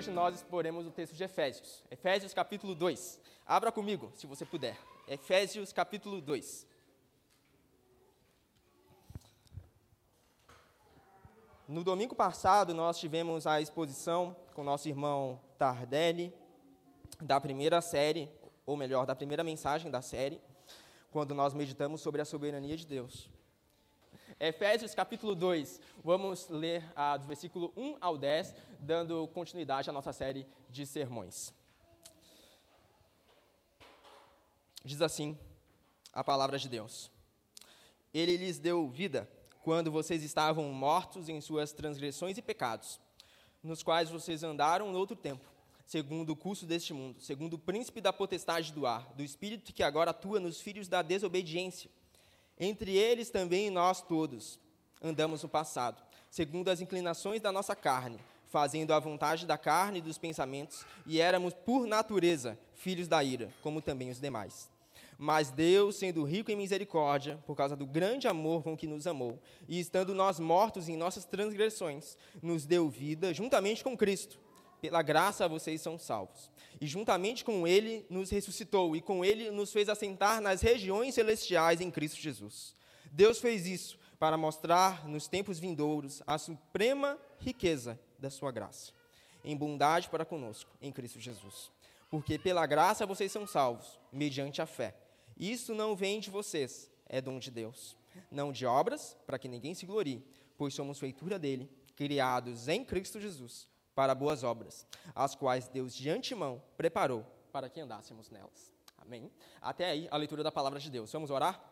hoje nós exploremos o texto de Efésios. Efésios capítulo 2. Abra comigo, se você puder. Efésios capítulo 2. No domingo passado, nós tivemos a exposição com nosso irmão Tardelli da primeira série, ou melhor, da primeira mensagem da série, quando nós meditamos sobre a soberania de Deus. Efésios capítulo 2, vamos ler do versículo 1 ao 10, dando continuidade à nossa série de sermões. Diz assim a palavra de Deus: Ele lhes deu vida quando vocês estavam mortos em suas transgressões e pecados, nos quais vocês andaram no outro tempo, segundo o curso deste mundo, segundo o príncipe da potestade do ar, do espírito que agora atua nos filhos da desobediência. Entre eles também nós todos andamos no passado, segundo as inclinações da nossa carne, fazendo a vontade da carne e dos pensamentos, e éramos, por natureza, filhos da ira, como também os demais. Mas Deus, sendo rico em misericórdia, por causa do grande amor com que nos amou, e estando nós mortos em nossas transgressões, nos deu vida juntamente com Cristo. Pela graça vocês são salvos. E juntamente com Ele nos ressuscitou, e com Ele nos fez assentar nas regiões celestiais em Cristo Jesus. Deus fez isso para mostrar nos tempos vindouros a suprema riqueza da sua graça, em bondade para conosco, em Cristo Jesus. Porque pela graça vocês são salvos, mediante a fé. Isso não vem de vocês, é dom de Deus. Não de obras, para que ninguém se glorie, pois somos feitura dele, criados em Cristo Jesus, para boas obras, as quais Deus de antemão preparou para que andássemos nelas. Amém? Até aí a leitura da palavra de Deus. Vamos orar?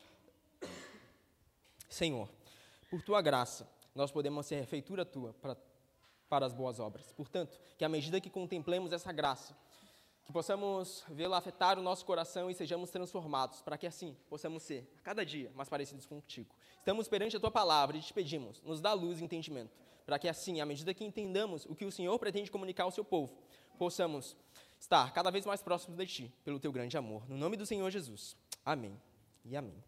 Senhor, por tua graça, nós podemos ser feitura tua para as boas obras. Portanto, que à medida que contemplemos essa graça, que possamos vê-la afetar o nosso coração e sejamos transformados, para que assim possamos ser, a cada dia, mais parecidos contigo. Estamos perante a tua palavra e te pedimos, nos dá luz e entendimento, para que assim, à medida que entendamos o que o Senhor pretende comunicar ao seu povo, possamos estar cada vez mais próximos de ti, pelo teu grande amor. No nome do Senhor Jesus. Amém e amém.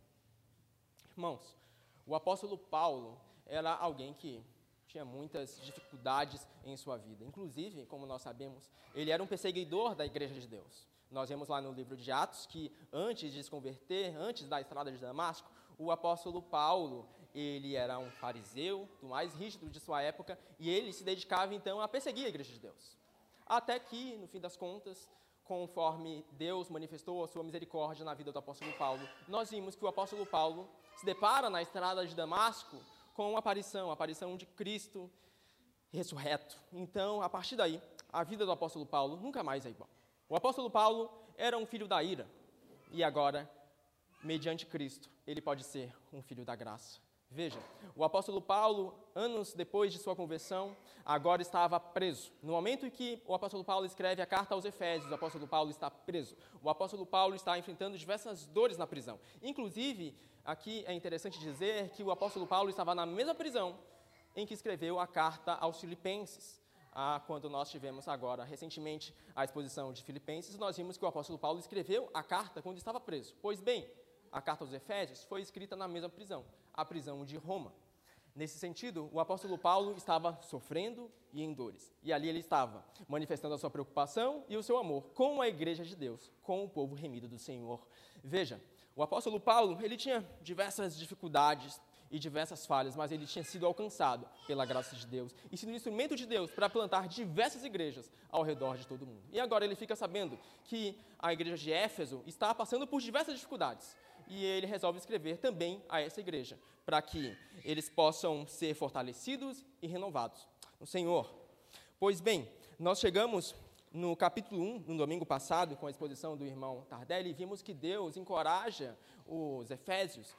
Irmãos, o apóstolo Paulo era alguém que tinha muitas dificuldades em sua vida. Inclusive, como nós sabemos, ele era um perseguidor da igreja de Deus. Nós vemos lá no livro de Atos que, antes de se converter, antes da estrada de Damasco, o apóstolo Paulo, ele era um fariseu, do mais rígido de sua época, e ele se dedicava, então, a perseguir a igreja de Deus. Até que, no fim das contas, conforme Deus manifestou a sua misericórdia na vida do apóstolo Paulo, nós vimos que o apóstolo Paulo se depara na estrada de Damasco com a aparição de Cristo ressurreto. Então, a partir daí, a vida do apóstolo Paulo nunca mais é igual. O apóstolo Paulo era um filho da ira, e agora, mediante Cristo, ele pode ser um filho da graça. Veja, o apóstolo Paulo, anos depois de sua conversão, agora estava preso. No momento em que o apóstolo Paulo escreve a carta aos Efésios, o apóstolo Paulo está preso. O apóstolo Paulo está enfrentando diversas dores na prisão. Inclusive, aqui é interessante dizer que o apóstolo Paulo estava na mesma prisão em que escreveu a carta aos Filipenses. Quando nós tivemos agora, recentemente, a exposição de Filipenses, nós vimos que o apóstolo Paulo escreveu a carta quando estava preso. Pois bem, a carta aos Efésios foi escrita na mesma prisão, a prisão de Roma. Nesse sentido, o apóstolo Paulo estava sofrendo e em dores. E ali ele estava manifestando a sua preocupação e o seu amor com a igreja de Deus, com o povo remido do Senhor. Veja, o apóstolo Paulo, ele tinha diversas dificuldades e diversas falhas, mas ele tinha sido alcançado pela graça de Deus e sido um instrumento de Deus para plantar diversas igrejas ao redor de todo mundo. E agora ele fica sabendo que a igreja de Éfeso está passando por diversas dificuldades. E ele resolve escrever também a essa igreja, para que eles possam ser fortalecidos e renovados no Senhor. Pois bem, nós chegamos no capítulo 1, no domingo passado, com a exposição do irmão Tardelli, e vimos que Deus encoraja os efésios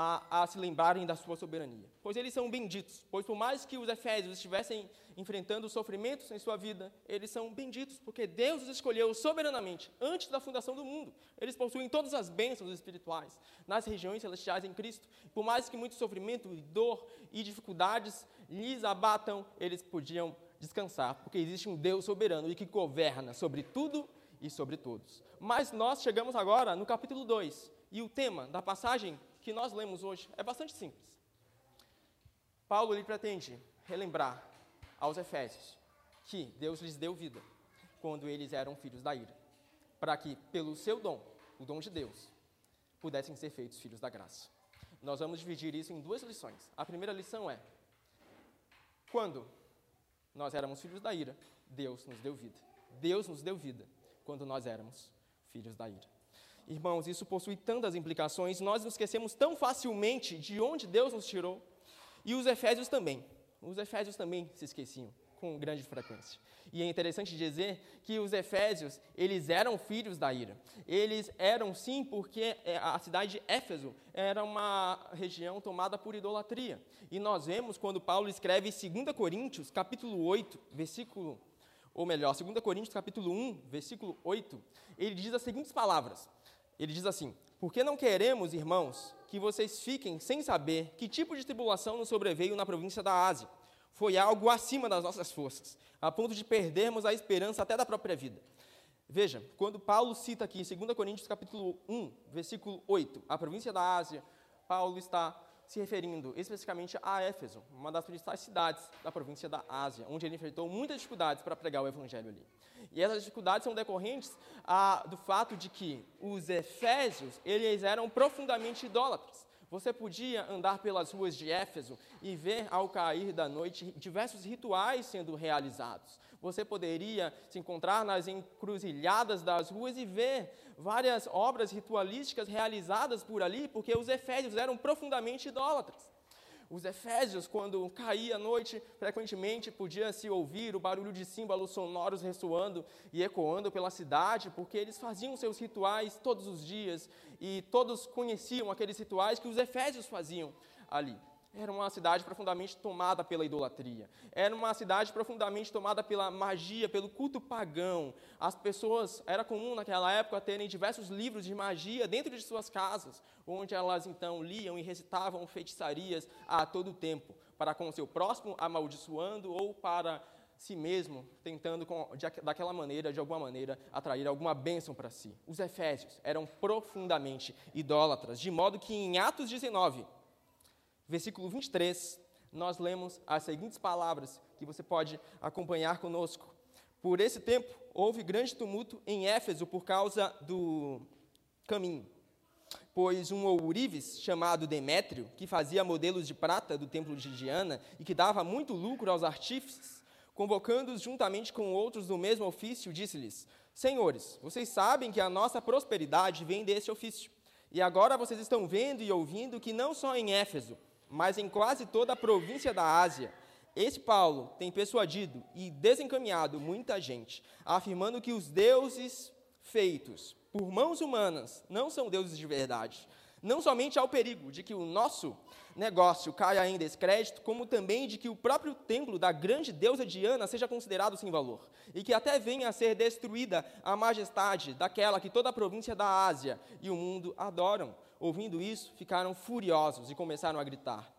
a se lembrarem da sua soberania. Pois eles são benditos, pois por mais que os efésios estivessem enfrentando sofrimentos em sua vida, eles são benditos, porque Deus os escolheu soberanamente, antes da fundação do mundo. Eles possuem todas as bênçãos espirituais nas regiões celestiais em Cristo. Por mais que muito sofrimento, dor e dificuldades lhes abatam, eles podiam descansar, porque existe um Deus soberano e que governa sobre tudo e sobre todos. Mas nós chegamos agora no capítulo 2, e o tema da passagem que nós lemos hoje é bastante simples. Paulo ele pretende relembrar aos Efésios que Deus lhes deu vida quando eles eram filhos da ira, para que, pelo seu dom, o dom de Deus, pudessem ser feitos filhos da graça. Nós vamos dividir isso em 2 lições. A primeira lição é: quando nós éramos filhos da ira, Deus nos deu vida. Deus nos deu vida quando nós éramos filhos da ira. Irmãos, isso possui tantas implicações, nós nos esquecemos tão facilmente de onde Deus nos tirou. E os Efésios também. Os Efésios também se esqueciam com grande frequência. E é interessante dizer que os Efésios, eles eram filhos da ira. Eles eram, sim, porque a cidade de Éfeso era uma região tomada por idolatria. E nós vemos quando Paulo escreve 2 Coríntios, capítulo 8, versículo... Ou melhor, 2 Coríntios, capítulo 1, versículo 8, ele diz as seguintes palavras. Ele diz assim: porque não queremos, irmãos, que vocês fiquem sem saber que tipo de tribulação nos sobreveio na província da Ásia. Foi algo acima das nossas forças, a ponto de perdermos a esperança até da própria vida. Veja, quando Paulo cita aqui em 2 Coríntios, capítulo 1, versículo 8, a província da Ásia, Paulo está se referindo especificamente a Éfeso, uma das principais cidades da província da Ásia, onde ele enfrentou muitas dificuldades para pregar o evangelho ali. E essas dificuldades são decorrentes do fato de que os efésios, eles eram profundamente idólatras. Você podia andar pelas ruas de Éfeso e ver, ao cair da noite, diversos rituais sendo realizados. Você poderia se encontrar nas encruzilhadas das ruas e ver várias obras ritualísticas realizadas por ali, porque os efésios eram profundamente idólatras. Os efésios, quando caía a noite, frequentemente podia-se ouvir o barulho de símbolos sonoros ressoando e ecoando pela cidade, porque eles faziam seus rituais todos os dias e todos conheciam aqueles rituais que os efésios faziam ali. Era uma cidade profundamente tomada pela idolatria. Era uma cidade profundamente tomada pela magia, pelo culto pagão. As pessoas, era comum naquela época terem diversos livros de magia dentro de suas casas, onde elas então liam e recitavam feitiçarias a todo tempo, para com o seu próximo amaldiçoando ou para si mesmo, tentando daquela maneira, de alguma maneira, atrair alguma bênção para si. Os efésios eram profundamente idólatras, de modo que em Atos 19, versículo 23, nós lemos as seguintes palavras que você pode acompanhar conosco. Por esse tempo, houve grande tumulto em Éfeso por causa do caminho, pois um ourives chamado Demétrio, que fazia modelos de prata do templo de Diana e que dava muito lucro aos artífices, convocando-os juntamente com outros do mesmo ofício, disse-lhes: senhores, vocês sabem que a nossa prosperidade vem desse ofício. E agora vocês estão vendo e ouvindo que não só em Éfeso, mas em quase toda a província da Ásia, esse Paulo tem persuadido e desencaminhado muita gente, afirmando que os deuses feitos por mãos humanas não são deuses de verdade. Não somente há o perigo de que o nosso negócio caia em descrédito, como também de que o próprio templo da grande deusa Diana seja considerado sem valor, e que até venha a ser destruída a majestade daquela que toda a província da Ásia e o mundo adoram. Ouvindo isso, ficaram furiosos e começaram a gritar: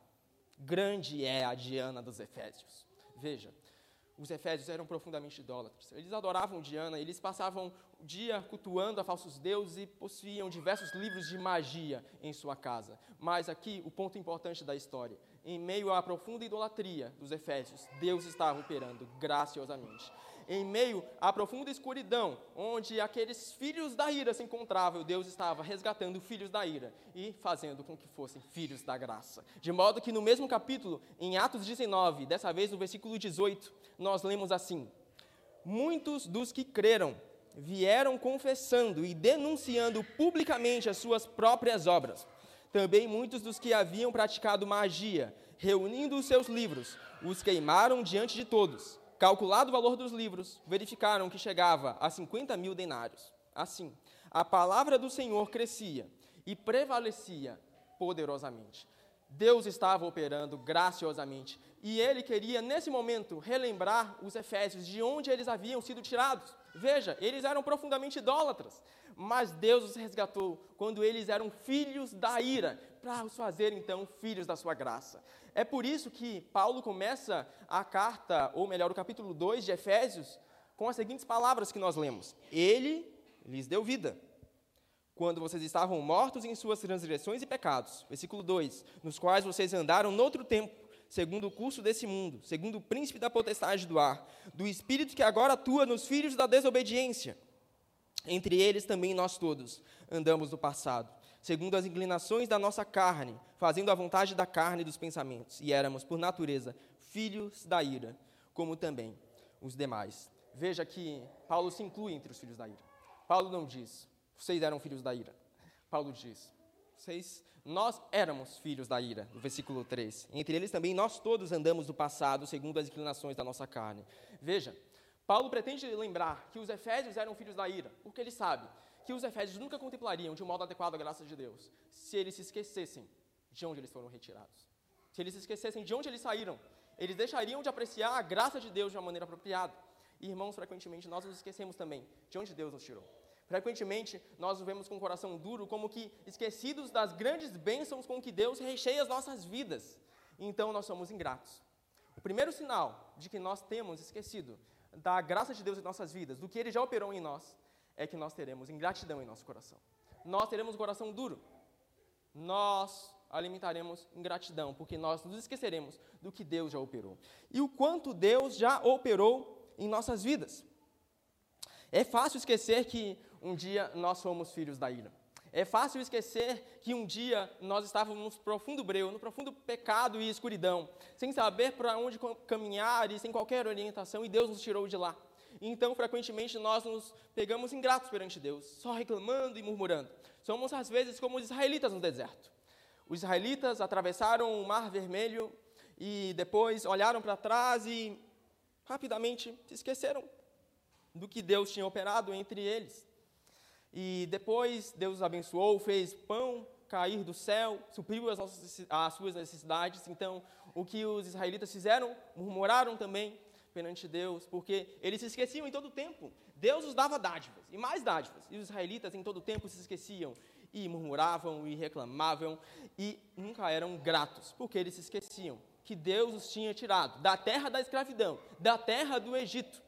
grande é a Diana dos Efésios. Veja, os efésios eram profundamente idólatras. Eles adoravam Diana, eles passavam o dia cultuando a falsos deuses e possuíam diversos livros de magia em sua casa. Mas aqui, o ponto importante da história: em meio à profunda idolatria dos efésios, Deus estava operando graciosamente. Em meio à profunda escuridão, onde aqueles filhos da ira se encontravam, Deus estava resgatando filhos da ira e fazendo com que fossem filhos da graça. De modo que no mesmo capítulo, em Atos 19, dessa vez no versículo 18, nós lemos assim: muitos dos que creram vieram confessando e denunciando publicamente as suas próprias obras. Também muitos dos que haviam praticado magia, reunindo os seus livros, os queimaram diante de todos. Calculado o valor dos livros, verificaram que chegava a 50.000 denários. Assim, a palavra do Senhor crescia e prevalecia poderosamente. Deus estava operando graciosamente e Ele queria, nesse momento, relembrar os efésios de onde eles haviam sido tirados. Veja, eles eram profundamente idólatras, mas Deus os resgatou quando eles eram filhos da ira, para os fazer, então, filhos da sua graça. É por isso que Paulo começa a carta, ou melhor, o capítulo 2 de Efésios, com as seguintes palavras que nós lemos: Ele lhes deu vida, quando vocês estavam mortos em suas transgressões e pecados. Versículo 2: nos quais vocês andaram noutro tempo, segundo o curso desse mundo, segundo o príncipe da potestade do ar, do espírito que agora atua nos filhos da desobediência. Entre eles também nós todos andamos no passado, segundo as inclinações da nossa carne, fazendo a vontade da carne e dos pensamentos, e éramos, por natureza, filhos da ira, como também os demais. Veja que Paulo se inclui entre os filhos da ira. Paulo não diz, vocês eram filhos da ira. Paulo diz, nós éramos filhos da ira, no versículo 3. Entre eles também nós todos andamos no passado, segundo as inclinações da nossa carne. Veja, Paulo pretende lembrar que os efésios eram filhos da ira, porque ele sabe que os efésios nunca contemplariam de um modo adequado a graça de Deus, se eles se esquecessem de onde eles foram retirados. Se eles se esquecessem de onde eles saíram, eles deixariam de apreciar a graça de Deus de uma maneira apropriada. E, irmãos, frequentemente nós nos esquecemos também de onde Deus nos tirou. Frequentemente, nós nos vemos com o coração duro, como que esquecidos das grandes bênçãos com que Deus recheia as nossas vidas. Então, nós somos ingratos. O primeiro sinal de que nós temos esquecido da graça de Deus em nossas vidas, do que Ele já operou em nós, é que nós teremos ingratidão em nosso coração. Nós teremos um coração duro. Nós alimentaremos ingratidão, porque nós nos esqueceremos do que Deus já operou. E o quanto Deus já operou em nossas vidas. É fácil esquecer que um dia nós fomos filhos da ira. É fácil esquecer que um dia nós estávamos no profundo breu, no profundo pecado e escuridão, sem saber para onde caminhar e sem qualquer orientação, e Deus nos tirou de lá. Então, frequentemente, nós nos pegamos ingratos perante Deus, só reclamando e murmurando. Somos, às vezes, como os israelitas no deserto. Os israelitas atravessaram o Mar Vermelho e depois olharam para trás e rapidamente se esqueceram do que Deus tinha operado entre eles. E depois Deus os abençoou, fez pão cair do céu, supriu as suas necessidades. Então, o que os israelitas fizeram? Murmuraram também perante Deus, porque eles se esqueciam em todo o tempo. Deus os dava dádivas, e mais dádivas. E os israelitas em todo o tempo se esqueciam, e murmuravam, e reclamavam, e nunca eram gratos, porque eles se esqueciam que Deus os tinha tirado da terra da escravidão, da terra do Egito.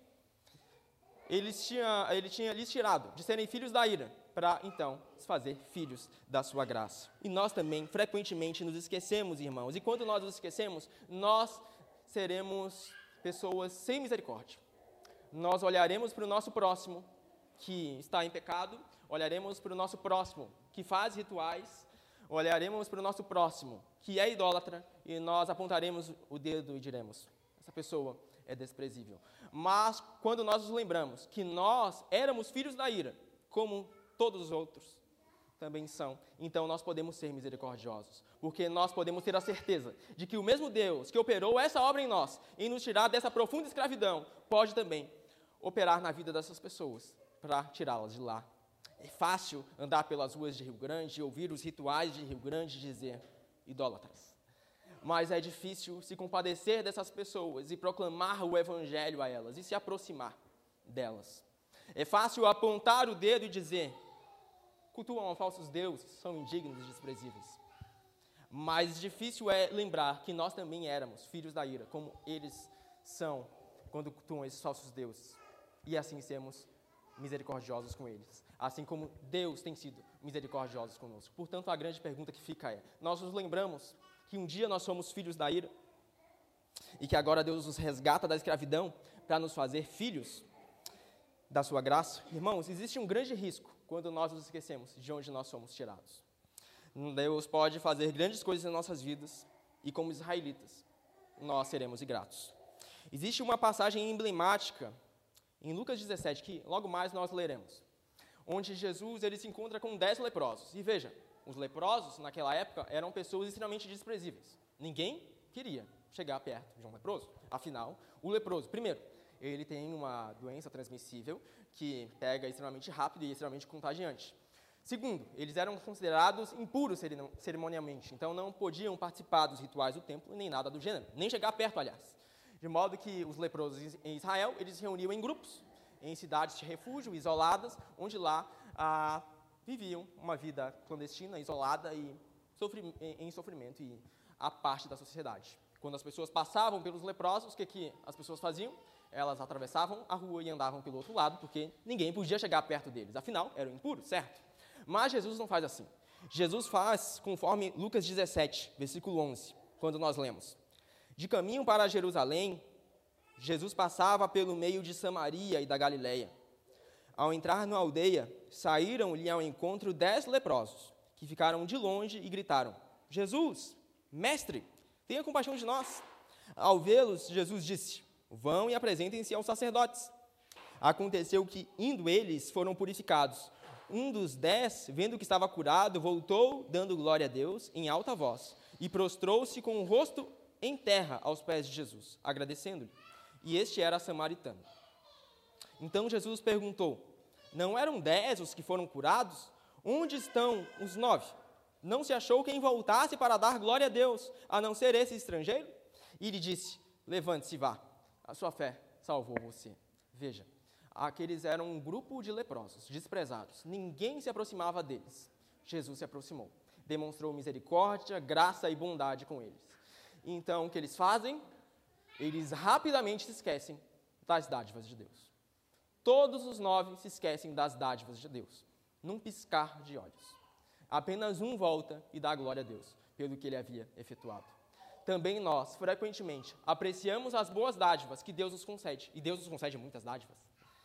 Ele tinha lhes tirado de serem filhos da ira, para então se fazer filhos da sua graça. E nós também, frequentemente, nos esquecemos, irmãos. E quando nós nos esquecemos, nós seremos pessoas sem misericórdia. Nós olharemos para o nosso próximo, que está em pecado, olharemos para o nosso próximo, que faz rituais, olharemos para o nosso próximo, que é idólatra, e nós apontaremos o dedo e diremos, essa pessoa é desprezível. Mas, quando nós nos lembramos que nós éramos filhos da ira, como todos os outros também são, então nós podemos ser misericordiosos, porque nós podemos ter a certeza de que o mesmo Deus que operou essa obra em nós, em nos tirar dessa profunda escravidão, pode também operar na vida dessas pessoas, para tirá-las de lá. É fácil andar pelas ruas de Rio Grande e ouvir os rituais de Rio Grande e dizer, idólatras. Mas é difícil se compadecer dessas pessoas e proclamar o evangelho a elas e se aproximar delas. É fácil apontar o dedo e dizer, cultuam a falsos deuses, são indignos e desprezíveis. Mas difícil é lembrar que nós também éramos filhos da ira, como eles são quando cultuam esses falsos deuses. E assim sermos misericordiosos com eles, assim como Deus tem sido misericordioso conosco. Portanto, a grande pergunta que fica é, nós nos lembramos que um dia nós somos filhos da ira e que agora Deus nos resgata da escravidão para nos fazer filhos da sua graça? Irmãos, existe um grande risco quando nós nos esquecemos de onde nós somos tirados. Deus pode fazer grandes coisas em nossas vidas e, como israelitas, nós seremos ingratos. Existe uma passagem emblemática em Lucas 17, que logo mais nós leremos, onde Jesus ele se encontra com 10 leprosos. E veja, os leprosos, naquela época, eram pessoas extremamente desprezíveis. Ninguém queria chegar perto de um leproso. Afinal, o leproso, primeiro, ele tem uma doença transmissível que pega extremamente rápido e extremamente contagiante. Segundo, eles eram considerados impuros cerimonialmente, então não podiam participar dos rituais do templo, nem nada do gênero, nem chegar perto, aliás. De modo que os leprosos em Israel, eles se reuniam em grupos, em cidades de refúgio, isoladas, onde lá viviam uma vida clandestina, isolada e em sofrimento e à parte da sociedade. Quando as pessoas passavam pelos leprosos, o que as pessoas faziam? Elas atravessavam a rua e andavam pelo outro lado, porque ninguém podia chegar perto deles. Afinal, eram impuros, certo? Mas Jesus não faz assim. Jesus faz conforme Lucas 17, versículo 11, quando nós lemos. De caminho para Jerusalém, Jesus passava pelo meio de Samaria e da Galiléia. Ao entrar na aldeia, saíram-lhe ao encontro 10 leprosos, que ficaram de longe e gritaram: Jesus, mestre, tenha compaixão de nós. Ao vê-los, Jesus disse: vão e apresentem-se aos sacerdotes. Aconteceu que, indo eles, foram purificados. Um dos 10, vendo que estava curado, voltou, dando glória a Deus, em alta voz, e prostrou-se com o rosto em terra aos pés de Jesus, agradecendo-lhe. E este era samaritano. Então Jesus perguntou: não eram 10 os que foram curados? Onde estão os 9? Não se achou quem voltasse para dar glória a Deus, a não ser esse estrangeiro? E lhe disse: levante-se e vá, a sua fé salvou você. Veja, aqueles eram um grupo de leprosos, desprezados. Ninguém se aproximava deles. Jesus se aproximou, demonstrou misericórdia, graça e bondade com eles. Então, o que eles fazem? Eles rapidamente se esquecem das dádivas de Deus. Todos os 9 se esquecem das dádivas de Deus, num piscar de olhos. Apenas um volta e dá glória a Deus, pelo que ele havia efetuado. Também nós, frequentemente, apreciamos as boas dádivas que Deus nos concede, e Deus nos concede muitas dádivas.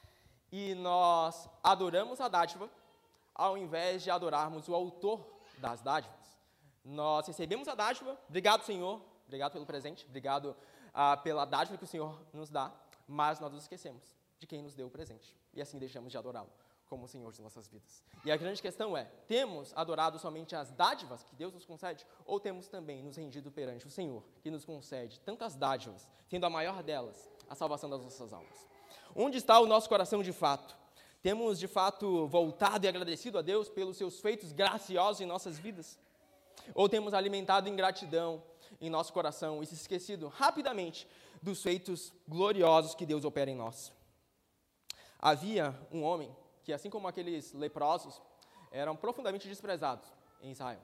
E nós adoramos a dádiva, ao invés de adorarmos o autor das dádivas. Nós recebemos a dádiva, obrigado, Senhor, obrigado pelo presente, obrigado pela dádiva que o Senhor nos dá, mas nós nos esquecemos de quem nos deu o presente, e assim deixamos de adorá-lo como o Senhor de nossas vidas. E a grande questão é, temos adorado somente as dádivas que Deus nos concede, ou temos também nos rendido perante o Senhor, que nos concede tantas dádivas, sendo a maior delas a salvação das nossas almas? Onde está o nosso coração de fato? Temos de fato voltado e agradecido a Deus pelos seus feitos graciosos em nossas vidas? Ou temos alimentado ingratidão em nosso coração e se esquecido rapidamente dos feitos gloriosos que Deus opera em nós? Havia um homem que, assim como aqueles leprosos, eram profundamente desprezados em Israel.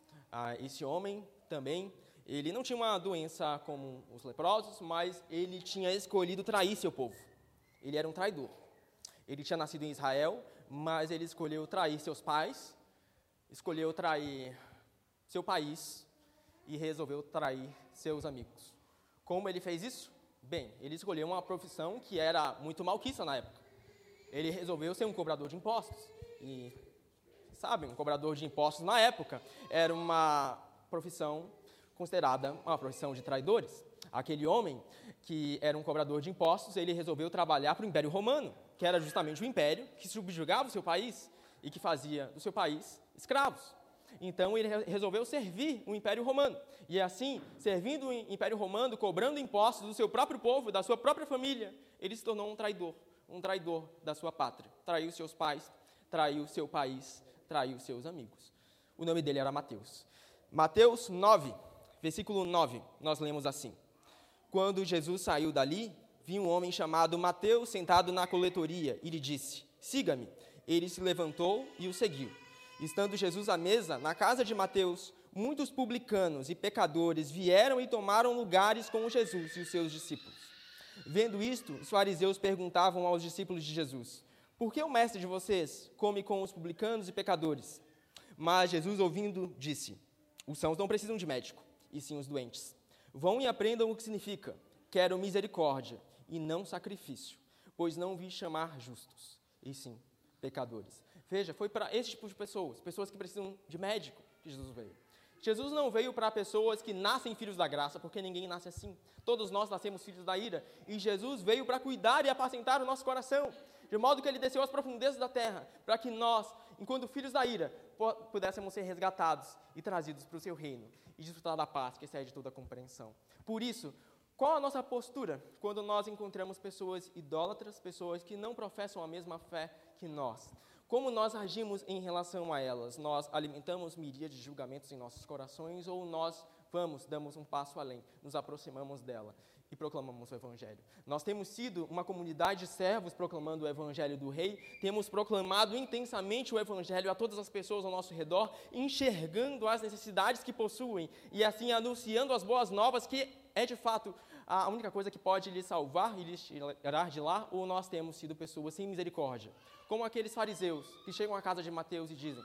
Esse homem também, ele não tinha uma doença como os leprosos, mas ele tinha escolhido trair seu povo. Ele era um traidor. Ele tinha nascido em Israel, mas ele escolheu trair seus pais, escolheu trair seu país e resolveu trair seus amigos. Como ele fez isso? Bem, ele escolheu uma profissão que era muito malquista na época. Ele resolveu ser um cobrador de impostos. E, sabem, um cobrador de impostos na época era uma profissão considerada uma profissão de traidores. Aquele homem que era um cobrador de impostos, ele resolveu trabalhar para o Império Romano, que era justamente o império que subjugava o seu país e que fazia do seu país escravos. Então, ele resolveu servir o Império Romano. E assim, servindo o Império Romano, cobrando impostos do seu próprio povo, da sua própria família, ele se tornou um traidor da sua pátria. Traiu seus pais, traiu seu país, traiu seus amigos. O nome dele era Mateus. Mateus 9, versículo 9, nós lemos assim: quando Jesus saiu dali, viu um homem chamado Mateus sentado na coletoria e lhe disse: siga-me. Ele se levantou e o seguiu. Estando Jesus à mesa, na casa de Mateus, muitos publicanos e pecadores vieram e tomaram lugares com Jesus e os seus discípulos. Vendo isto, os fariseus perguntavam aos discípulos de Jesus: por que o mestre de vocês come com os publicanos e pecadores? Mas Jesus, ouvindo, disse: os sãos não precisam de médico, e sim os doentes. Vão e aprendam o que significa: quero misericórdia e não sacrifício, pois não vim chamar justos, e sim pecadores. Veja, foi para esse tipo de pessoas que precisam de médico, que Jesus veio. Jesus não veio para pessoas que nascem filhos da graça, porque ninguém nasce assim. Todos nós nascemos filhos da ira. E Jesus veio para cuidar e apacentar o nosso coração, de modo que ele desceu às profundezas da terra, para que nós, enquanto filhos da ira, pudéssemos ser resgatados e trazidos para o seu reino e desfrutar da paz que excede toda a compreensão. Por isso, qual a nossa postura quando nós encontramos pessoas idólatras, pessoas que não professam a mesma fé que nós? Como nós agimos em relação a elas? Nós alimentamos miríades de julgamentos em nossos corações ou nós damos um passo além, nos aproximamos dela e proclamamos o Evangelho? Nós temos sido uma comunidade de servos proclamando o Evangelho do Rei, temos proclamado intensamente o Evangelho a todas as pessoas ao nosso redor, enxergando as necessidades que possuem e assim anunciando as boas novas, que é de fato a única coisa que pode lhes salvar e lhes tirar de lá, ou nós temos sido pessoas sem misericórdia, como aqueles fariseus que chegam à casa de Mateus e dizem: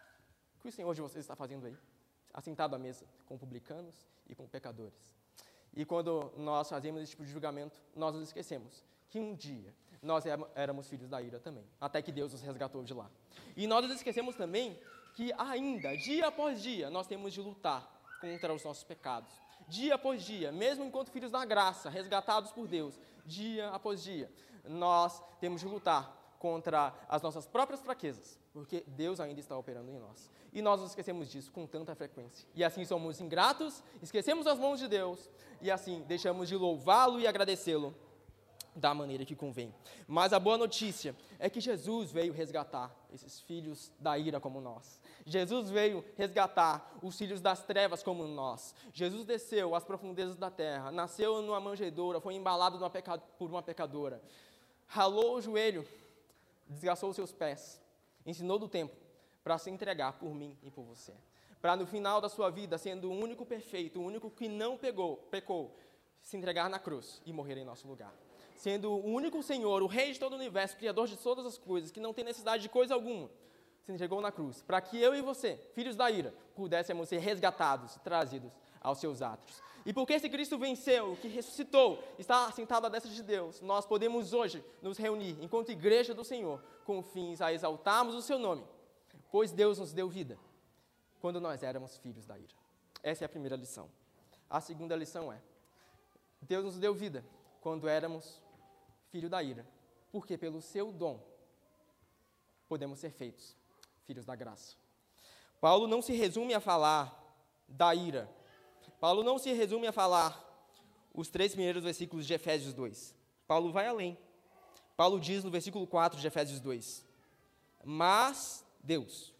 o que o Senhor de vocês está fazendo aí? Assentado à mesa com publicanos e com pecadores. E quando nós fazemos esse tipo de julgamento, nós nos esquecemos que um dia nós éramos filhos da ira também, até que Deus nos resgatou de lá. E nós nos esquecemos também que ainda, dia após dia, nós temos de lutar contra os nossos pecados. Dia após dia, mesmo enquanto filhos da graça, resgatados por Deus, dia após dia, nós temos de lutar contra as nossas próprias fraquezas, porque Deus ainda está operando em nós. E nós nos esquecemos disso com tanta frequência. E assim somos ingratos, esquecemos as mãos de Deus, e assim deixamos de louvá-lo e agradecê-lo da maneira que convém. Mas a boa notícia é que Jesus veio resgatar esses filhos da ira como nós. Jesus veio resgatar os filhos das trevas como nós. Jesus desceu às profundezas da terra, nasceu numa manjedoura, foi embalado por uma pecadora, ralou o joelho, desgastou os seus pés, ensinou do tempo para se entregar por mim e por você. Para no final da sua vida, sendo o único perfeito, o único que não pecou, se entregar na cruz e morrer em nosso lugar. Sendo o único Senhor, o Rei de todo o universo, Criador de todas as coisas, que não tem necessidade de coisa alguma, se entregou na cruz, para que eu e você, filhos da ira, pudéssemos ser resgatados, trazidos aos seus atos. E porque esse Cristo venceu, que ressuscitou, está sentado à destra de Deus, nós podemos hoje nos reunir, enquanto igreja do Senhor, com fins a exaltarmos o seu nome, pois Deus nos deu vida quando nós éramos filhos da ira. Essa é a primeira lição. A segunda lição é: Deus nos deu vida quando éramos filhos da ira, porque pelo seu dom podemos ser feitos filhos da graça. Paulo não se resume a falar da ira. Paulo não se resume a falar os 3 primeiros versículos de Efésios 2. Paulo vai além. Paulo diz no versículo 4 de Efésios 2, mas Deus,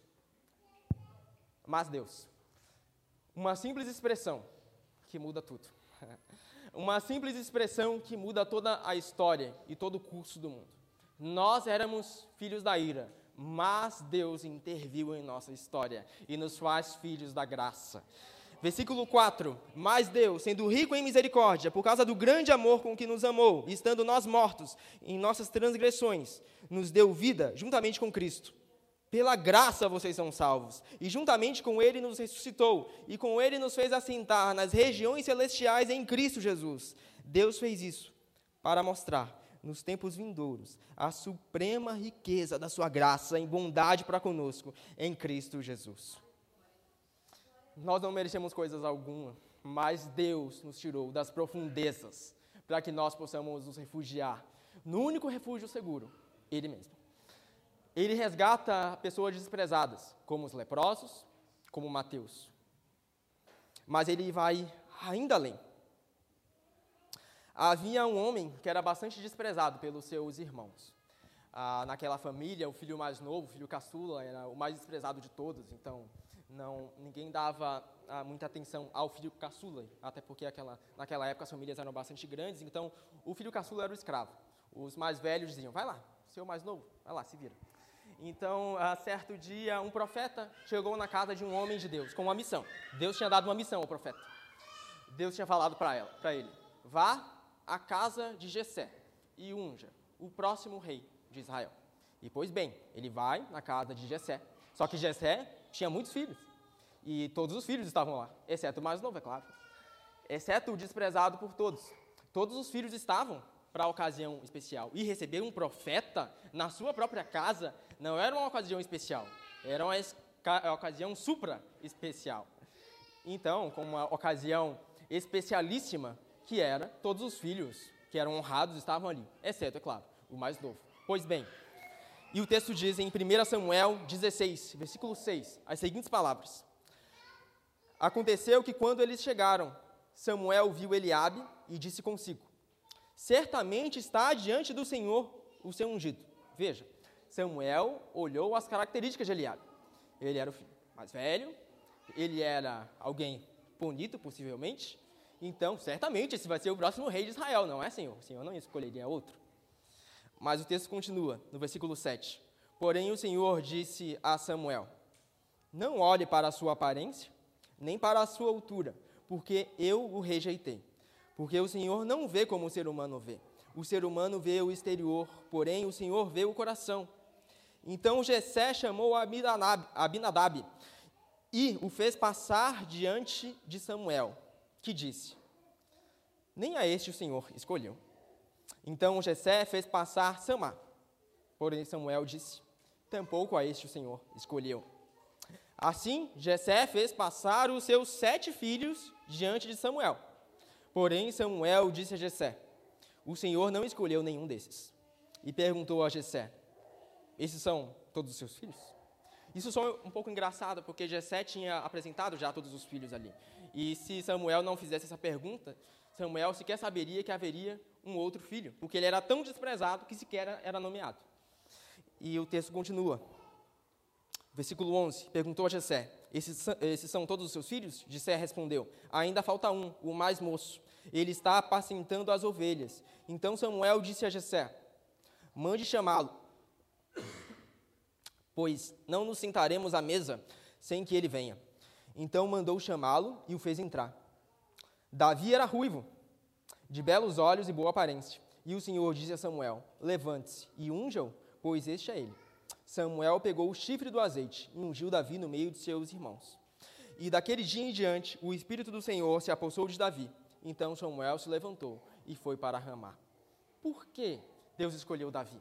uma simples expressão que muda tudo. Uma simples expressão que muda toda a história e todo o curso do mundo. Nós éramos filhos da ira, mas Deus interviu em nossa história e nos faz filhos da graça. Versículo 4, mas Deus, sendo rico em misericórdia, por causa do grande amor com que nos amou, estando nós mortos em nossas transgressões, nos deu vida juntamente com Cristo. Pela graça vocês são salvos, e juntamente com Ele nos ressuscitou, e com Ele nos fez assentar nas regiões celestiais em Cristo Jesus. Deus fez isso para mostrar, nos tempos vindouros, a suprema riqueza da sua graça em bondade para conosco, em Cristo Jesus. Nós não merecemos coisas alguma, mas Deus nos tirou das profundezas para que nós possamos nos refugiar no único refúgio seguro, Ele mesmo. Ele resgata pessoas desprezadas, como os leprosos, como Mateus. Mas ele vai ainda além. Havia um homem que era bastante desprezado pelos seus irmãos. Naquela família, o filho mais novo, o filho caçula, era o mais desprezado de todos, então ninguém dava muita atenção ao filho caçula, até porque naquela época as famílias eram bastante grandes, então o filho caçula era o escravo. Os mais velhos diziam: vai lá, seu mais novo, vai lá, se vira. Então, certo dia, um profeta chegou na casa de um homem de Deus com uma missão. Deus tinha dado uma missão ao profeta. Deus tinha falado para ele: vá à casa de Jessé e unja o próximo rei de Israel. E, pois bem, ele vai na casa de Jessé. Só que Jessé tinha muitos filhos. E todos os filhos estavam lá, exceto o mais novo, é claro. Exceto o desprezado por todos. Todos os filhos estavam para a ocasião especial. E receber um profeta na sua própria casa não era uma ocasião especial, era uma ocasião supra-especial. Então, com uma ocasião especialíssima, que era, todos os filhos que eram honrados estavam ali, exceto, é claro, o mais novo. Pois bem, e o texto diz em 1 Samuel 16, versículo 6, as seguintes palavras: aconteceu que quando eles chegaram, Samuel viu Eliabe e disse consigo: certamente está diante do Senhor o seu ungido. Veja, Samuel olhou as características de Eliabe. Ele era o filho mais velho, ele era alguém bonito, possivelmente, então, certamente, esse vai ser o próximo rei de Israel, não é, Senhor? O Senhor não escolheria outro. Mas o texto continua, no versículo 7. Porém, o Senhor disse a Samuel: não olhe para a sua aparência, nem para a sua altura, porque eu o rejeitei. Porque o Senhor não vê como o ser humano vê. O ser humano vê o exterior, porém o Senhor vê o coração. Então Jessé chamou Abinadab e o fez passar diante de Samuel, que disse: nem a este o Senhor escolheu. Então Jessé fez passar Samá. Porém Samuel disse, tampouco a este o Senhor escolheu. Assim, Jessé fez passar os seus 7 filhos diante de Samuel. Porém Samuel disse a Jessé, o Senhor não escolheu nenhum desses. E perguntou a Jessé, esses são todos os seus filhos? Isso só é um pouco engraçado, porque Jessé tinha apresentado já todos os filhos ali. E se Samuel não fizesse essa pergunta, Samuel sequer saberia que haveria um outro filho, porque ele era tão desprezado que sequer era nomeado. E o texto continua. Versículo 11, perguntou a Jessé, esses são todos os seus filhos? Jessé respondeu, ainda falta um, o mais moço. Ele está apacentando as ovelhas. Então Samuel disse a Jessé, mande chamá-lo, pois não nos sentaremos à mesa sem que ele venha. Então mandou chamá-lo e o fez entrar. Davi era ruivo, de belos olhos e boa aparência. E o Senhor disse a Samuel, levante-se e unja-o, pois este é ele. Samuel pegou o chifre do azeite e ungiu Davi no meio de seus irmãos. E daquele dia em diante, o Espírito do Senhor se apossou de Davi. Então Samuel se levantou e foi para Ramá. Por que Deus escolheu Davi?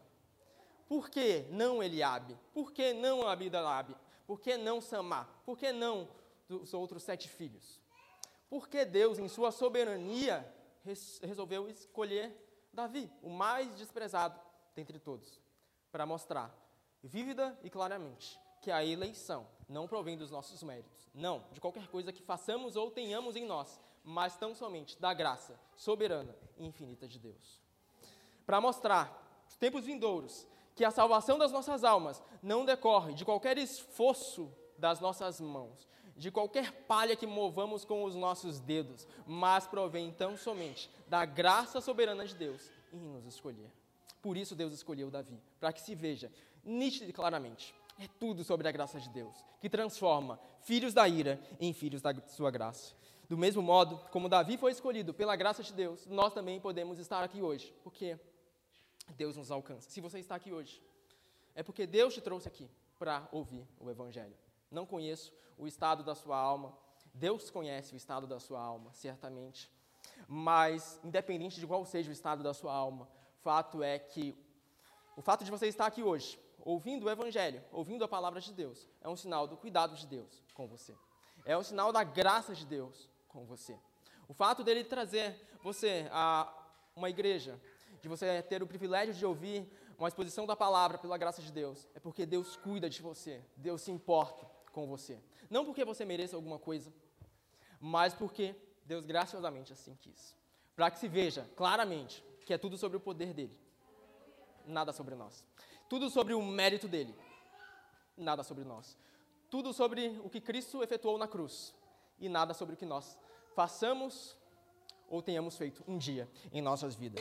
Por que não Eliabe? Por que não Abidalabe? Por que não Samá? Por que não os outros 7 filhos? Por que Deus, em sua soberania, resolveu escolher Davi, o mais desprezado dentre todos, para mostrar, vívida e claramente, que a eleição não provém dos nossos méritos, não, de qualquer coisa que façamos ou tenhamos em nós, mas tão somente da graça soberana e infinita de Deus. Para mostrar, nos tempos vindouros, que a salvação das nossas almas não decorre de qualquer esforço das nossas mãos, de qualquer palha que movamos com os nossos dedos, mas provém tão somente da graça soberana de Deus em nos escolher. Por isso Deus escolheu Davi, para que se veja nítido e claramente. É tudo sobre a graça de Deus, que transforma filhos da ira em filhos da sua graça. Do mesmo modo, como Davi foi escolhido pela graça de Deus, nós também podemos estar aqui hoje, porque Deus nos alcança. Se você está aqui hoje, é porque Deus te trouxe aqui para ouvir o Evangelho. Não conheço o estado da sua alma, Deus conhece o estado da sua alma, certamente. Mas, independente de qual seja o estado da sua alma, fato é que o fato de você estar aqui hoje, ouvindo o Evangelho, ouvindo a palavra de Deus, é um sinal do cuidado de Deus com você. É um sinal da graça de Deus com você. O fato dele trazer você a uma igreja, de você ter o privilégio de ouvir uma exposição da palavra pela graça de Deus, é porque Deus cuida de você, Deus se importa com você. Não porque você mereça alguma coisa, mas porque Deus graciosamente assim quis. Para que se veja claramente que é tudo sobre o poder dele, nada sobre nós. Tudo sobre o mérito dele, nada sobre nós. Tudo sobre o que Cristo efetuou na cruz e nada sobre o que nós façamos ou tenhamos feito um dia em nossas vidas.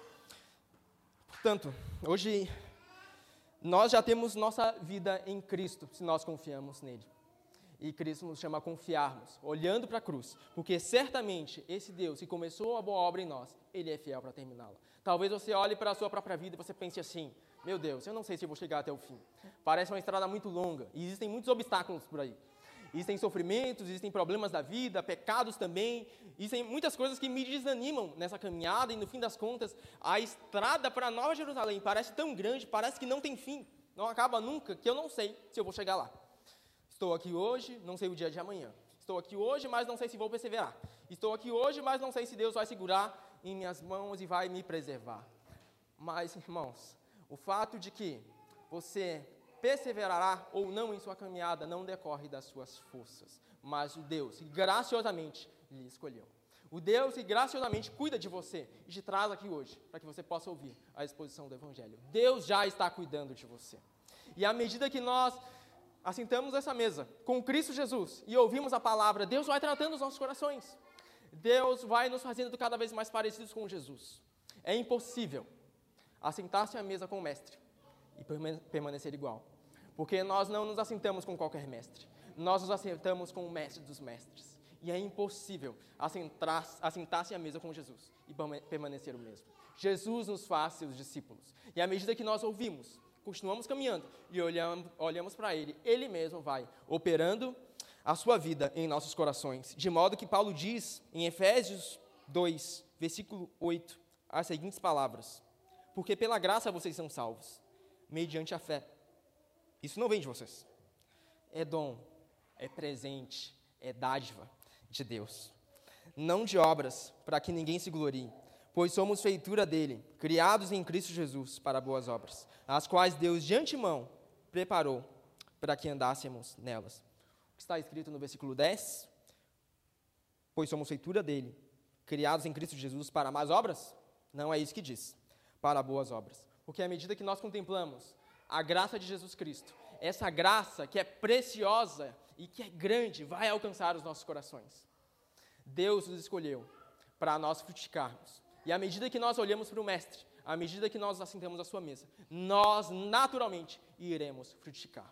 Portanto, hoje nós já temos nossa vida em Cristo, se nós confiamos nele. E Cristo nos chama a confiarmos, olhando para a cruz, porque certamente esse Deus que começou a boa obra em nós, ele é fiel para terminá-la. Talvez você olhe para a sua própria vida e você pense assim, meu Deus, eu não sei se eu vou chegar até o fim. Parece uma estrada muito longa e existem muitos obstáculos por aí. Existem sofrimentos, existem problemas da vida, pecados também, existem muitas coisas que me desanimam nessa caminhada e no fim das contas, a estrada para Nova Jerusalém parece tão grande, parece que não tem fim, não acaba nunca, que eu não sei se eu vou chegar lá. Estou aqui hoje, não sei o dia de amanhã. Estou aqui hoje, mas não sei se vou perseverar. Estou aqui hoje, mas não sei se Deus vai segurar em minhas mãos e vai me preservar. Mas, irmãos, o fato de que você perseverará ou não em sua caminhada não decorre das suas forças, mas o Deus que graciosamente lhe escolheu. O Deus que graciosamente cuida de você e te traz aqui hoje, para que você possa ouvir a exposição do Evangelho. Deus já está cuidando de você. E à medida que nós assentamos essa mesa com Cristo Jesus e ouvimos a palavra, Deus vai tratando os nossos corações. Deus vai nos fazendo cada vez mais parecidos com Jesus. É impossível assentar-se à mesa com o Mestre e permanecer igual. Porque nós não nos assentamos com qualquer mestre. Nós nos assentamos com o Mestre dos Mestres. E é impossível assentar-se à mesa com Jesus e permanecer o mesmo. Jesus nos faz seus discípulos. E à medida que nós ouvimos, continuamos caminhando e olhamos para Ele, Ele mesmo vai operando a sua vida em nossos corações. De modo que Paulo diz em Efésios 2, versículo 8, as seguintes palavras: porque pela graça vocês são salvos, mediante a fé. Isso não vem de vocês. É dom, é presente, é dádiva de Deus. Não de obras, para que ninguém se glorie, pois somos feitura dele, criados em Cristo Jesus para boas obras, as quais Deus de antemão preparou para que andássemos nelas. O que está escrito no versículo 10? Pois somos feitura dele, criados em Cristo Jesus para más obras? Não é isso que diz, para boas obras. Porque à medida que nós contemplamos a graça de Jesus Cristo, essa graça que é preciosa e que é grande, vai alcançar os nossos corações. Deus nos escolheu para nós frutificarmos. E à medida que nós olhamos para o Mestre, à medida que nós assentamos à sua mesa, nós naturalmente iremos frutificar.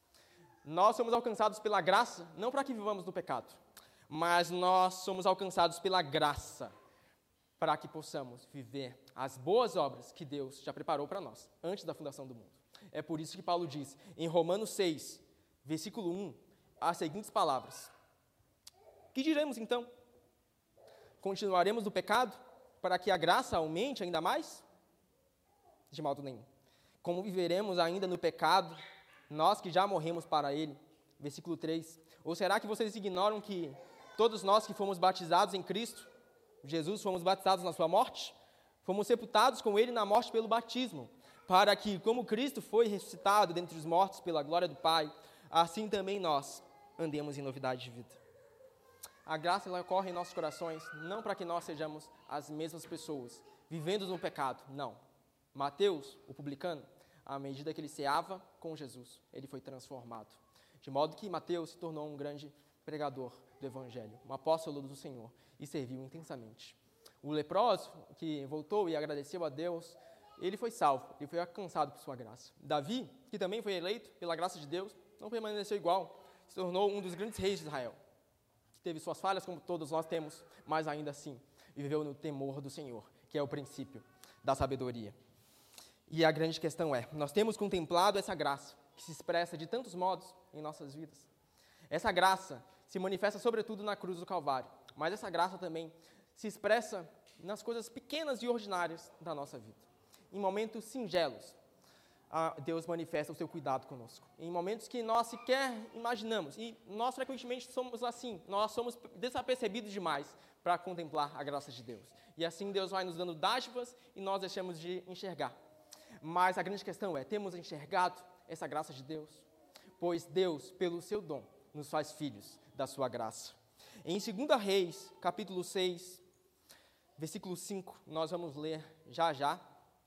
Nós somos alcançados pela graça, não para que vivamos no pecado, mas nós somos alcançados pela graça para que possamos viver as boas obras que Deus já preparou para nós, antes da fundação do mundo. É por isso que Paulo diz, em Romanos 6, versículo 1, as seguintes palavras: que diremos então? Continuaremos no pecado para que a graça aumente ainda mais? De modo nenhum. Como viveremos ainda no pecado, nós que já morremos para ele? Versículo 3. Ou será que vocês ignoram que todos nós que fomos batizados em Cristo, Jesus, fomos batizados na sua morte? Fomos sepultados com ele na morte pelo batismo, para que, como Cristo foi ressuscitado dentre os mortos pela glória do Pai, assim também nós andemos em novidade de vida. A graça ela ocorre em nossos corações, não para que nós sejamos as mesmas pessoas, vivendo no pecado, não. Mateus, o publicano, à medida que ele ceava com Jesus, ele foi transformado. De modo que Mateus se tornou um grande pregador do Evangelho, um apóstolo do Senhor, e serviu intensamente. O leproso, que voltou e agradeceu a Deus, ele foi salvo, ele foi alcançado por sua graça. Davi, que também foi eleito pela graça de Deus, não permaneceu igual, se tornou um dos grandes reis de Israel. Teve suas falhas, como todos nós temos, mas ainda assim, viveu no temor do Senhor, que é o princípio da sabedoria. E a grande questão é, nós temos contemplado essa graça, que se expressa de tantos modos em nossas vidas. Essa graça se manifesta sobretudo na cruz do Calvário, mas essa graça também se expressa nas coisas pequenas e ordinárias da nossa vida. Em momentos singelos, Deus manifesta o seu cuidado conosco. Em momentos que nós sequer imaginamos, e nós frequentemente somos assim, nós somos desapercebidos demais para contemplar a graça de Deus. E assim Deus vai nos dando dádivas e nós deixamos de enxergar. Mas a grande questão é, temos enxergado essa graça de Deus? Pois Deus, pelo seu dom, nos faz filhos da sua graça. Em 2 Reis, capítulo 6, versículo 5, nós vamos ler já.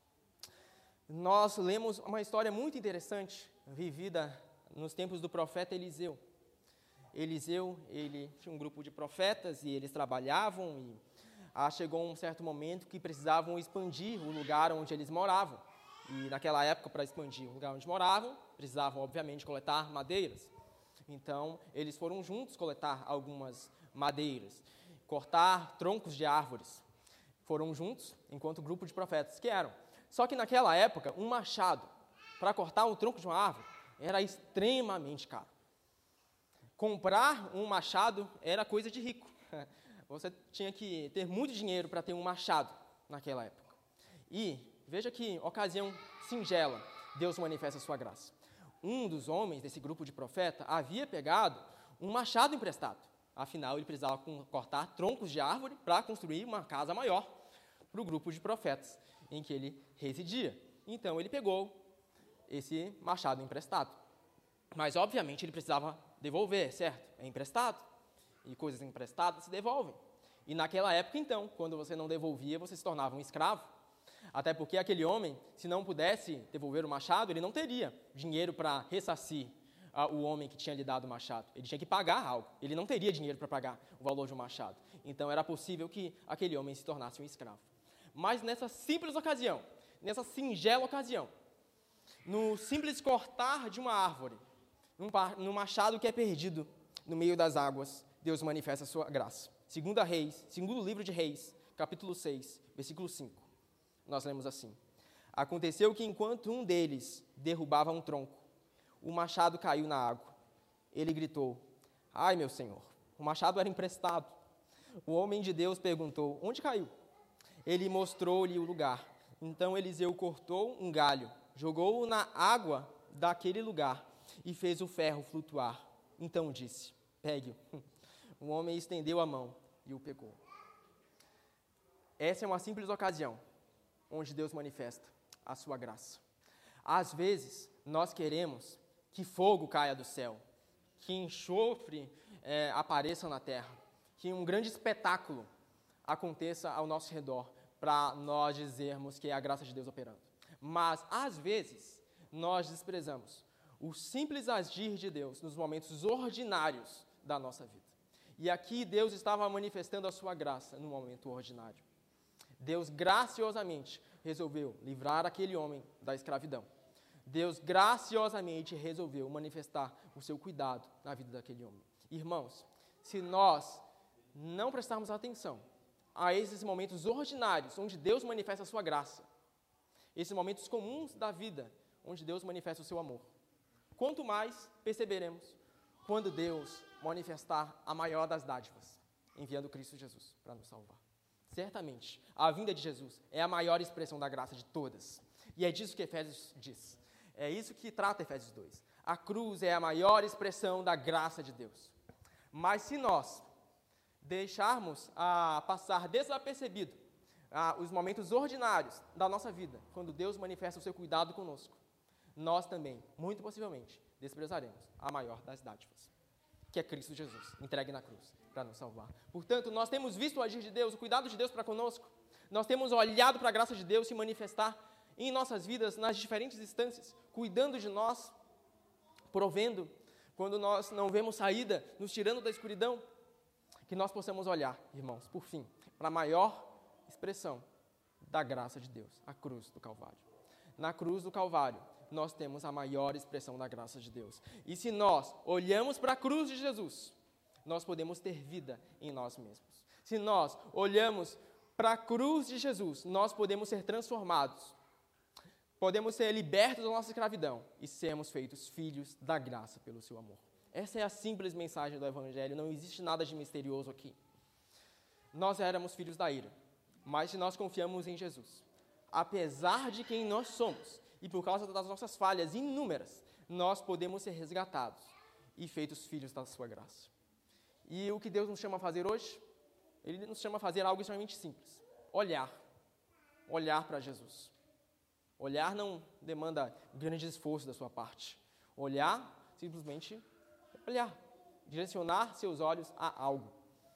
Nós lemos uma história muito interessante, vivida nos tempos do profeta Eliseu. Eliseu, ele tinha um grupo de profetas e eles trabalhavam e chegou um certo momento que precisavam expandir o lugar onde eles moravam. E naquela época, para expandir o lugar onde moravam, precisavam, obviamente, coletar madeiras. Então, eles foram juntos coletar algumas madeiras, cortar troncos de árvores. Foram juntos, enquanto grupo de profetas que eram. Só que naquela época, um machado para cortar o tronco de uma árvore era extremamente caro. Comprar um machado era coisa de rico. Você tinha que ter muito dinheiro para ter um machado naquela época. E veja que ocasião singela, Deus manifesta a sua graça. Um dos homens desse grupo de profeta havia pegado um machado emprestado. Afinal, ele precisava cortar troncos de árvore para construir uma casa maior para o grupo de profetas em que ele residia. Então, ele pegou esse machado emprestado. Mas, obviamente, ele precisava devolver, certo? É emprestado. E coisas emprestadas se devolvem. E naquela época, então, quando você não devolvia, você se tornava um escravo. Até porque aquele homem, se não pudesse devolver o machado, ele não teria dinheiro para ressarcir o homem que tinha lhe dado o machado. Ele tinha que pagar algo. Ele não teria dinheiro para pagar o valor de um machado. Então, era possível que aquele homem se tornasse um escravo. Mas nessa simples ocasião, nessa singela ocasião, no simples cortar de uma árvore, num machado que é perdido no meio das águas, Deus manifesta a sua graça. Segundo livro de Reis, capítulo 6, versículo 5. Nós lemos assim: aconteceu que enquanto um deles derrubava um tronco, o machado caiu na água. Ele gritou: ai, meu senhor, o machado era emprestado. O homem de Deus perguntou: onde caiu? Ele mostrou-lhe o lugar. Então Eliseu cortou um galho, jogou-o na água daquele lugar e fez o ferro flutuar. Então disse: pegue-o. O homem estendeu a mão e o pegou. Essa é uma simples ocasião onde Deus manifesta a sua graça. Às vezes, nós queremos que fogo caia do céu, que enxofre apareça na terra, que um grande espetáculo aconteça ao nosso redor, para nós dizermos que é a graça de Deus operando. Mas, às vezes, nós desprezamos o simples agir de Deus nos momentos ordinários da nossa vida. E aqui Deus estava manifestando a sua graça no momento ordinário. Deus graciosamente resolveu livrar aquele homem da escravidão. Deus graciosamente resolveu manifestar o seu cuidado na vida daquele homem. Irmãos, se nós não prestarmos atenção a esses momentos ordinários, onde Deus manifesta a sua graça, esses momentos comuns da vida, onde Deus manifesta o seu amor, quanto mais perceberemos quando Deus manifestar a maior das dádivas, enviando Cristo Jesus para nos salvar. Certamente, a vinda de Jesus é a maior expressão da graça de todas. E é disso que Efésios diz. É isso que trata Efésios 2. A cruz é a maior expressão da graça de Deus. Mas se nós deixarmos passar desapercebido os momentos ordinários da nossa vida, quando Deus manifesta o seu cuidado conosco, nós também, muito possivelmente, desprezaremos a maior das dádivas, que é Cristo Jesus, entregue na cruz para nos salvar. Portanto, nós temos visto o agir de Deus, o cuidado de Deus para conosco, nós temos olhado para a graça de Deus se manifestar em nossas vidas, nas diferentes instâncias, cuidando de nós, provendo, quando nós não vemos saída, nos tirando da escuridão, que nós possamos olhar, irmãos, por fim, para a maior expressão da graça de Deus, a cruz do Calvário. Na cruz do Calvário, nós temos a maior expressão da graça de Deus. E se nós olhamos para a cruz de Jesus, nós podemos ter vida em nós mesmos. Se nós olhamos para a cruz de Jesus, nós podemos ser transformados, podemos ser libertos da nossa escravidão e sermos feitos filhos da graça pelo seu amor. Essa é a simples mensagem do Evangelho, não existe nada de misterioso aqui. Nós éramos filhos da ira, mas se nós confiamos em Jesus, apesar de quem nós somos, e por causa das nossas falhas inúmeras, nós podemos ser resgatados e feitos filhos da sua graça. E o que Deus nos chama a fazer hoje? Ele nos chama a fazer algo extremamente simples. Olhar para Jesus. Olhar não demanda grande esforço da sua parte. Olhar, simplesmente olhar. Direcionar seus olhos a algo.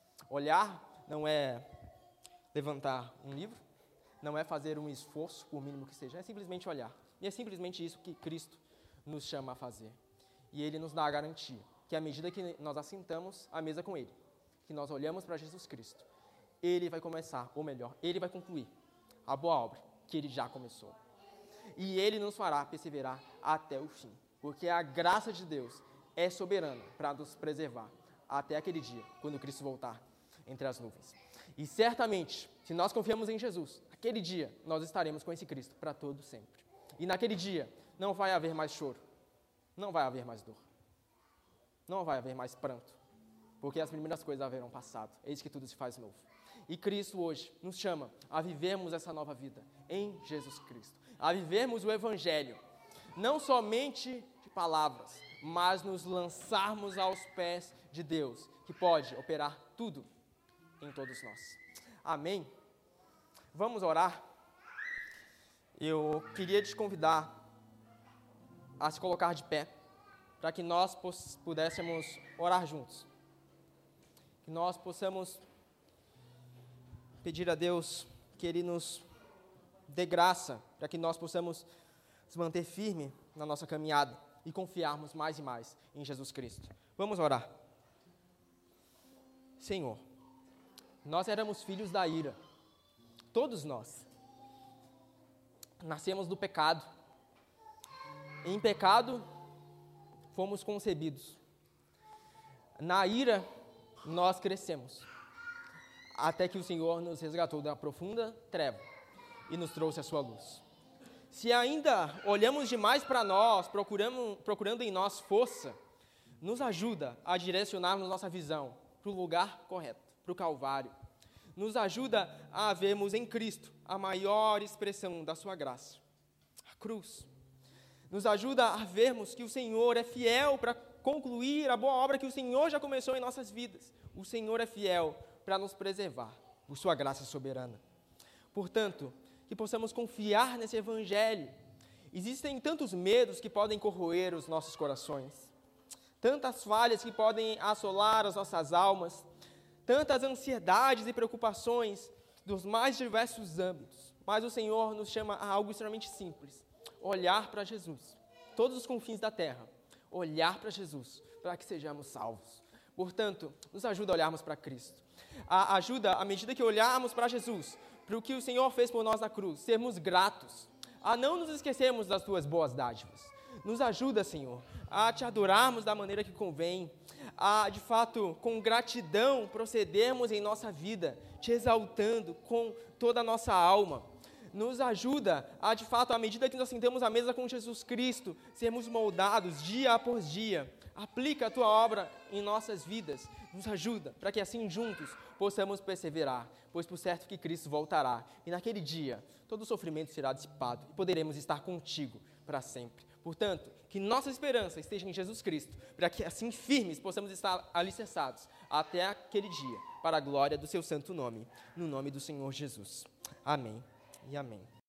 Olhar não é levantar um livro, não é fazer um esforço, por mínimo que seja, é simplesmente olhar. E é simplesmente isso que Cristo nos chama a fazer. E Ele nos dá a garantia que à medida que nós assentamos à mesa com Ele, que nós olhamos para Jesus Cristo, Ele vai começar, ou melhor, Ele vai concluir a boa obra que Ele já começou. E Ele nos fará perseverar até o fim, porque a graça de Deus é soberana para nos preservar até aquele dia, quando Cristo voltar entre as nuvens. E certamente, se nós confiamos em Jesus, aquele dia nós estaremos com esse Cristo para todo sempre. E naquele dia não vai haver mais choro, não vai haver mais dor, não vai haver mais pranto, porque as primeiras coisas haverão passado, eis que tudo se faz novo. E Cristo hoje nos chama a vivermos essa nova vida em Jesus Cristo, a vivermos o Evangelho, não somente de palavras, mas nos lançarmos aos pés de Deus, que pode operar tudo em todos nós. Amém? Vamos orar? Eu queria te convidar a se colocar de pé, para que nós pudéssemos orar juntos. Que nós possamos pedir a Deus que Ele nos dê graça, para que nós possamos se manter firme na nossa caminhada e confiarmos mais e mais em Jesus Cristo. Vamos orar. Senhor, nós éramos filhos da ira, todos nós. Nascemos do pecado. Em pecado, fomos concebidos. Na ira, nós crescemos. Até que o Senhor nos resgatou da profunda treva e nos trouxe a sua luz. Se ainda olhamos demais para nós, procurando em nós força, nos ajuda a direcionarmos nossa visão para o lugar correto, para o Calvário. nos ajuda a vermos em Cristo a maior expressão da sua graça, a cruz. Nos ajuda a vermos que o Senhor é fiel para concluir a boa obra que o Senhor já começou em nossas vidas. O Senhor é fiel para nos preservar por sua graça soberana. Portanto, que possamos confiar nesse Evangelho. Existem tantos medos que podem corroer os nossos corações, tantas falhas que podem assolar as nossas almas, tantas ansiedades e preocupações dos mais diversos âmbitos. Mas o Senhor nos chama a algo extremamente simples: olhar para Jesus, todos os confins da terra, olhar para Jesus, para que sejamos salvos. Portanto, nos ajuda a olharmos para Cristo. Ajuda, à medida que olharmos para Jesus, para o que o Senhor fez por nós na cruz, sermos gratos, a não nos esquecermos das tuas boas dádivas. Nos ajuda, Senhor, a te adorarmos da maneira que convém, a, de fato, com gratidão, procedermos em nossa vida, te exaltando com toda a nossa alma. Nos ajuda a, de fato, à medida que nós sentamos à mesa com Jesus Cristo, sermos moldados dia após dia. Aplica a tua obra em nossas vidas. Nos ajuda para que assim juntos possamos perseverar, pois por certo que Cristo voltará. E naquele dia, todo o sofrimento será dissipado e poderemos estar contigo para sempre. Portanto, que nossa esperança esteja em Jesus Cristo, para que assim firmes possamos estar alicerçados até aquele dia, para a glória do seu santo nome, no nome do Senhor Jesus. Amém e amém.